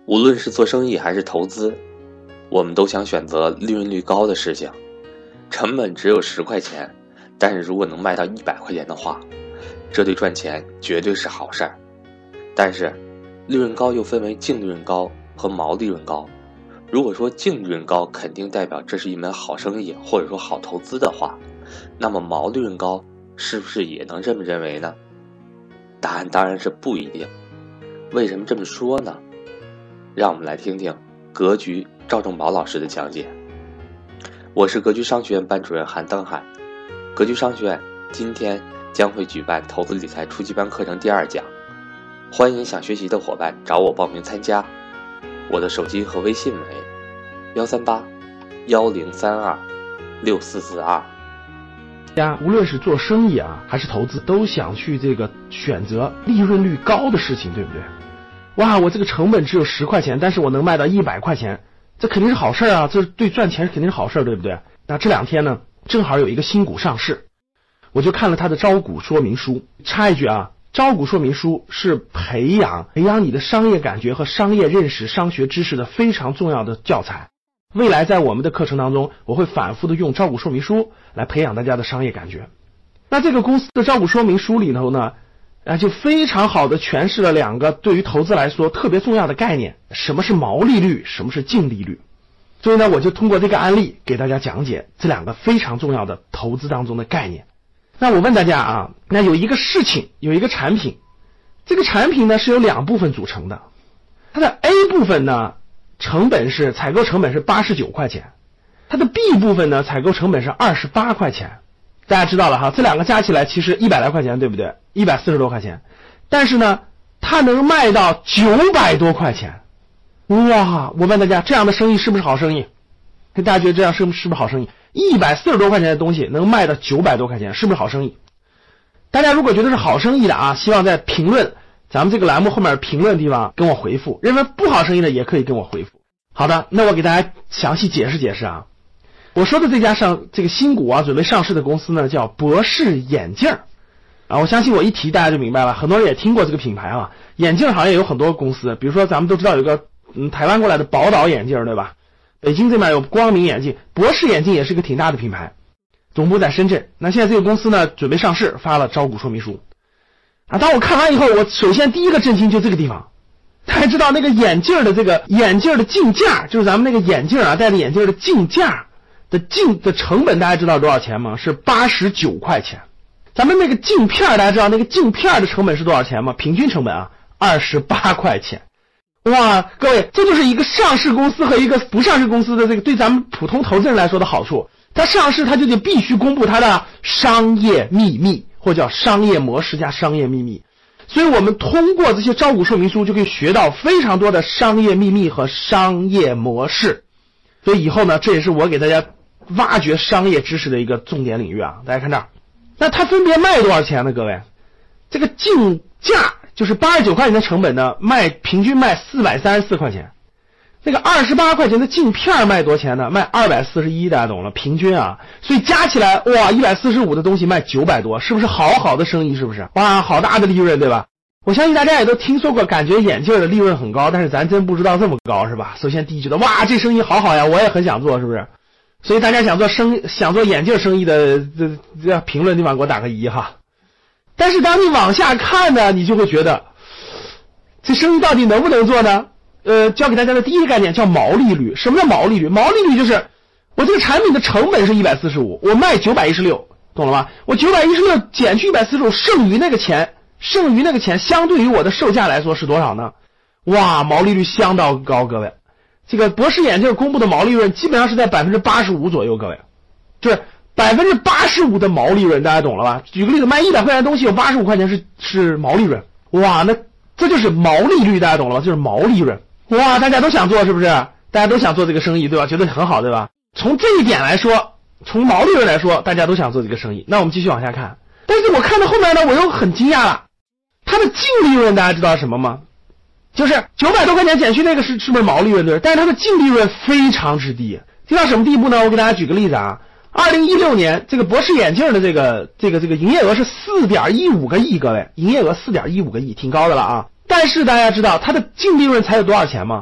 无论是做生意还是投资，我们都想选择利润率高的事情。成本只有10块钱，但是如果能卖到100块钱的话，这对赚钱绝对是好事儿。但是利润高又分为净利润高和毛利润高。如果说净利润高肯定代表这是一门好生意或者说好投资的话，那么毛利润高是不是也能这么认为呢？答案当然是不一定。为什么这么说呢？让我们来听听格局赵正宝老师的讲解。我是格局商学院班主任韩登海。格局商学院今天将会举办投资理财初级班课程第2讲，欢迎想学习的伙伴找我报名参加。我的手机和微信为13810326442。 无论是做生意还是投资，都想去选择利润率高的事情，对不对？哇，我这个成本只有10块钱，但是我能卖到100块钱，这肯定是好事啊，这对赚钱肯定是好事，对不对？那这2天呢，正好有一个新股上市，我就看了它的招股说明书。插一句招股说明书是培养你的商业感觉和商业认识、商学知识的非常重要的教材。未来在我们的课程当中，我会反复的用招股说明书来培养大家的商业感觉。那这个公司的招股说明书里头呢，就非常好的诠释了2个对于投资来说特别重要的概念，什么是毛利率，什么是净利率。所以呢，我就通过这个案例给大家讲解这2个非常重要的投资当中的概念。那我问大家那有一个事情，有一个产品，这个产品呢是由2部分组成的。它的 A 部分呢，采购成本是89块钱，它的 B 部分呢，采购成本是28块钱。大家知道了这2个加起来其实100来块钱，对不对？140多块钱，但是呢，它能卖到900多块钱。哇，我问大家，这样的生意是不是好生意？大家觉得这样是不是好生意？140多块钱的东西能卖到900多块钱，是不是好生意？大家如果觉得是好生意的希望在评论咱们这个栏目后面评论的地方跟我回复，认为不好生意的也可以跟我回复。好的，那我给大家详细解释解释我说的这家这个新股准备上市的公司呢，叫博士眼镜我相信我一提大家就明白了，很多人也听过这个品牌眼镜行业有很多公司，比如说咱们都知道有个台湾过来的宝岛眼镜，对吧？北京这边有光明眼镜，博士眼镜也是个挺大的品牌，总部在深圳。那现在这个公司呢准备上市，发了招股说明书当我看完以后，我首先第一个震惊就这个地方。大家知道那个眼镜的镜架，就是咱们那个眼镜戴着眼镜的镜架的成本，大家知道多少钱吗？是89块钱。咱们那个镜片，大家知道那个镜片的成本是多少钱吗？平均成本28块钱。哇，各位，这就是一个上市公司和一个不上市公司的对咱们普通投资人来说的好处。它上市，它就得必须公布它的商业秘密，或叫商业模式加商业秘密。所以我们通过这些招股说明书就可以学到非常多的商业秘密和商业模式。所以以后呢，这也是我给大家挖掘商业知识的一个重点领域大家看这儿，那它分别卖多少钱呢？各位，这个镜架就是89块钱的成本呢，平均卖434块钱。那个28块钱的镜片卖多少钱呢？卖241，大家懂了，平均所以加起来哇，145的东西卖900多，是不是好的生意？是不是？哇，好大的利润，对吧？我相信大家也都听说过，感觉眼镜的利润很高，但是咱真不知道这么高，是吧？首先第一觉得哇，这生意好呀，我也很想做，是不是？所以大家想做眼镜生意的，这评论地方给我打个1但是当你往下看呢，你就会觉得这生意到底能不能做呢？教给大家的第一个概念叫毛利率。什么叫毛利率？毛利率就是我这个产品的成本是145，我卖916，懂了吗？我916减去145，剩余那个钱相对于我的售价来说是多少呢？哇，毛利率相当高，各位。这个博士眼镜公布的毛利润基本上是在 85% 左右，各位。就是 85% 的毛利润，大家懂了吧？举个例子，卖100块钱的东西有85块钱是毛利润。哇，那这就是毛利率，大家懂了吧？就是毛利润。哇，大家都想做，是不是？大家都想做这个生意，对吧？觉得很好，对吧？从这一点来说，从毛利润来说，大家都想做这个生意。那我们继续往下看。但是我看到后面呢，我又很惊讶了。它的净利润大家知道什么吗？就是900多块钱减去那个是不是毛利润，对？但是它的净利润非常之低，低到什么地步呢？我给大家举个例子2016年这个博士眼镜的这个营业额是4.15个亿，各位，营业额4.15个亿，挺高的了但是大家知道它的净利润才有多少钱吗？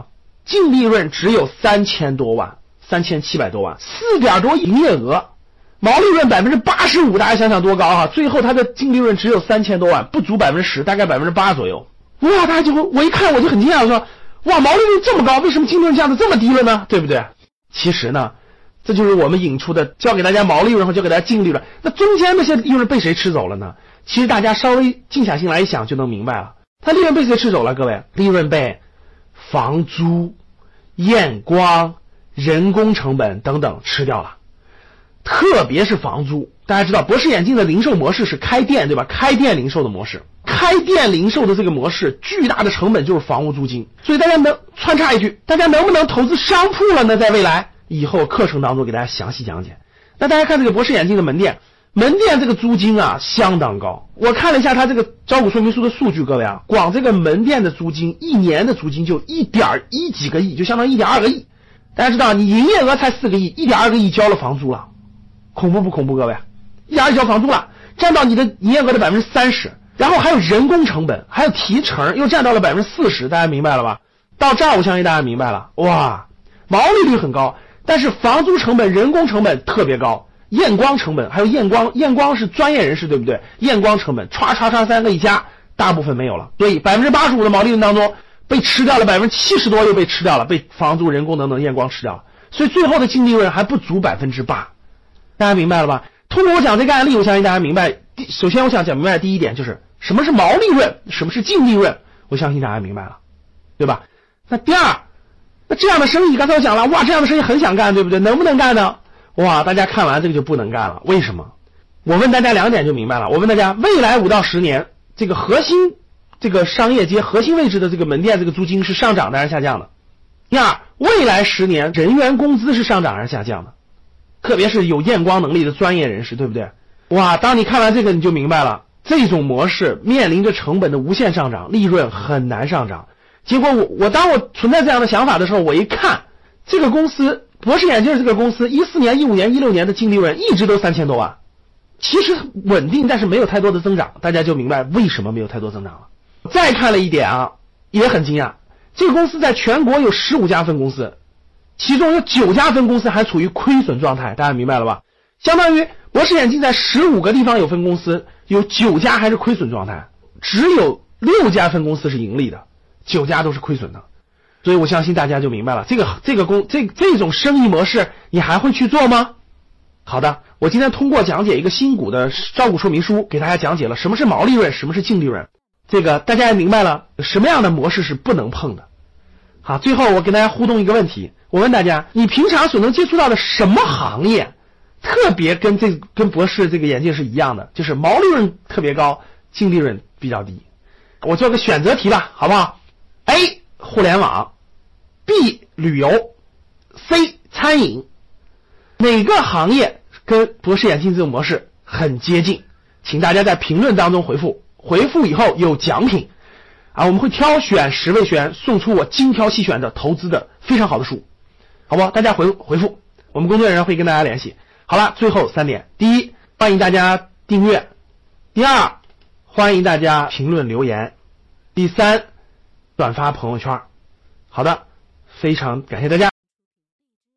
净利润只有3000多万，3700多万，4点多营业额，毛利润85%，大家想想多高啊！最后它的净利润只有3000多万，不足10%，大概8%左右。哇，大家就会，我一看我就很惊讶，说哇，毛利润这么高，为什么净利润降得这么低了呢？对不对？其实呢，这就是我们引出的教给大家毛利润和教给大家净利润，那中间那些利润被谁吃走了呢？其实大家稍微静下心来一想就能明白了，它利润被谁吃走了？各位，利润被房租、验光、人工成本等等吃掉了。特别是房租，大家知道博士眼镜的零售模式是开店，对吧？开店零售的模式，开店零售的这个模式巨大的成本就是房屋租金。所以大家能穿插一句，大家能不能投资商铺了呢？在未来以后课程当中给大家详细讲解。那大家看这个博士眼镜的门店这个租金啊相当高，我看了一下它这个招股说明书的数据，各位啊，光这个门店的租金1年的租金就1.1几个亿，就相当于1.2个亿。大家知道你营业额才4个亿，1.2个亿交了房租了，恐怖不恐怖？各位，1.2亿交房租了，占到你的营业额的30%，然后还有人工成本，还有提成，又占到了40%，大家明白了吧？到这儿我相信大家明白了，哇，毛利率很高，但是房租成本、人工成本特别高，验光成本还有验光是专业人士，对不对？验光成本3个一加，大部分没有了，所以85%的毛利润当中被吃掉了，70%多又被吃掉了，被房租、人工等等验光吃掉了，所以最后的净利润还不足8%，大家明白了吧？通过我讲这个案例，我相信大家明白。首先我想讲明白的第一点就是什么是毛利润，什么是净利润，我相信大家明白了，对吧？那第二，那这样的生意刚才我讲了，哇，这样的生意很想干，对不对？能不能干呢？哇，大家看完这个就不能干了，为什么？我问大家2点就明白了。我问大家，未来5到10年这个核心这个商业街核心位置的这个门店这个租金是上涨的还是下降的？第二，未来10年人员工资是上涨还是下降的？特别是有验光能力的专业人士，对不对？哇，当你看完这个你就明白了，这种模式面临着成本的无限上涨，利润很难上涨。结果当我存在这样的想法的时候，我一看这个公司博士眼镜这个公司14年、15年、16年的净利润一直都3000多万，其实稳定，但是没有太多的增长，大家就明白为什么没有太多增长了。再看了一点啊，也很惊讶，这个公司在全国有15家分公司，其中有9家分公司还处于亏损状态，大家明白了吧？相当于博士眼镜在15个地方有分公司，有9家还是亏损状态，只有6家分公司是盈利的，9家都是亏损的。所以我相信大家就明白了，这种生意模式你还会去做吗？好的，我今天通过讲解一个新股的招股说明书，给大家讲解了什么是毛利润，什么是净利润，这个大家也明白了什么样的模式是不能碰的。好，最后我跟大家互动一个问题，我问大家，你平常所能接触到的什么行业特别跟博士这个眼镜是一样的，就是毛利润特别高，净利润比较低？我做个选择题吧，好不好？ A 互联网， B 旅游， C 餐饮，哪个行业跟博士眼镜这种模式很接近？请大家在评论当中回复以后有奖品啊，我们会挑选10位学员送出我精挑细选的投资的非常好的书，好不好？大家回复，我们工作人员会跟大家联系。好了，最后3点，第一，欢迎大家订阅；第二，欢迎大家评论留言；第三，转发朋友圈。好的，非常感谢大家。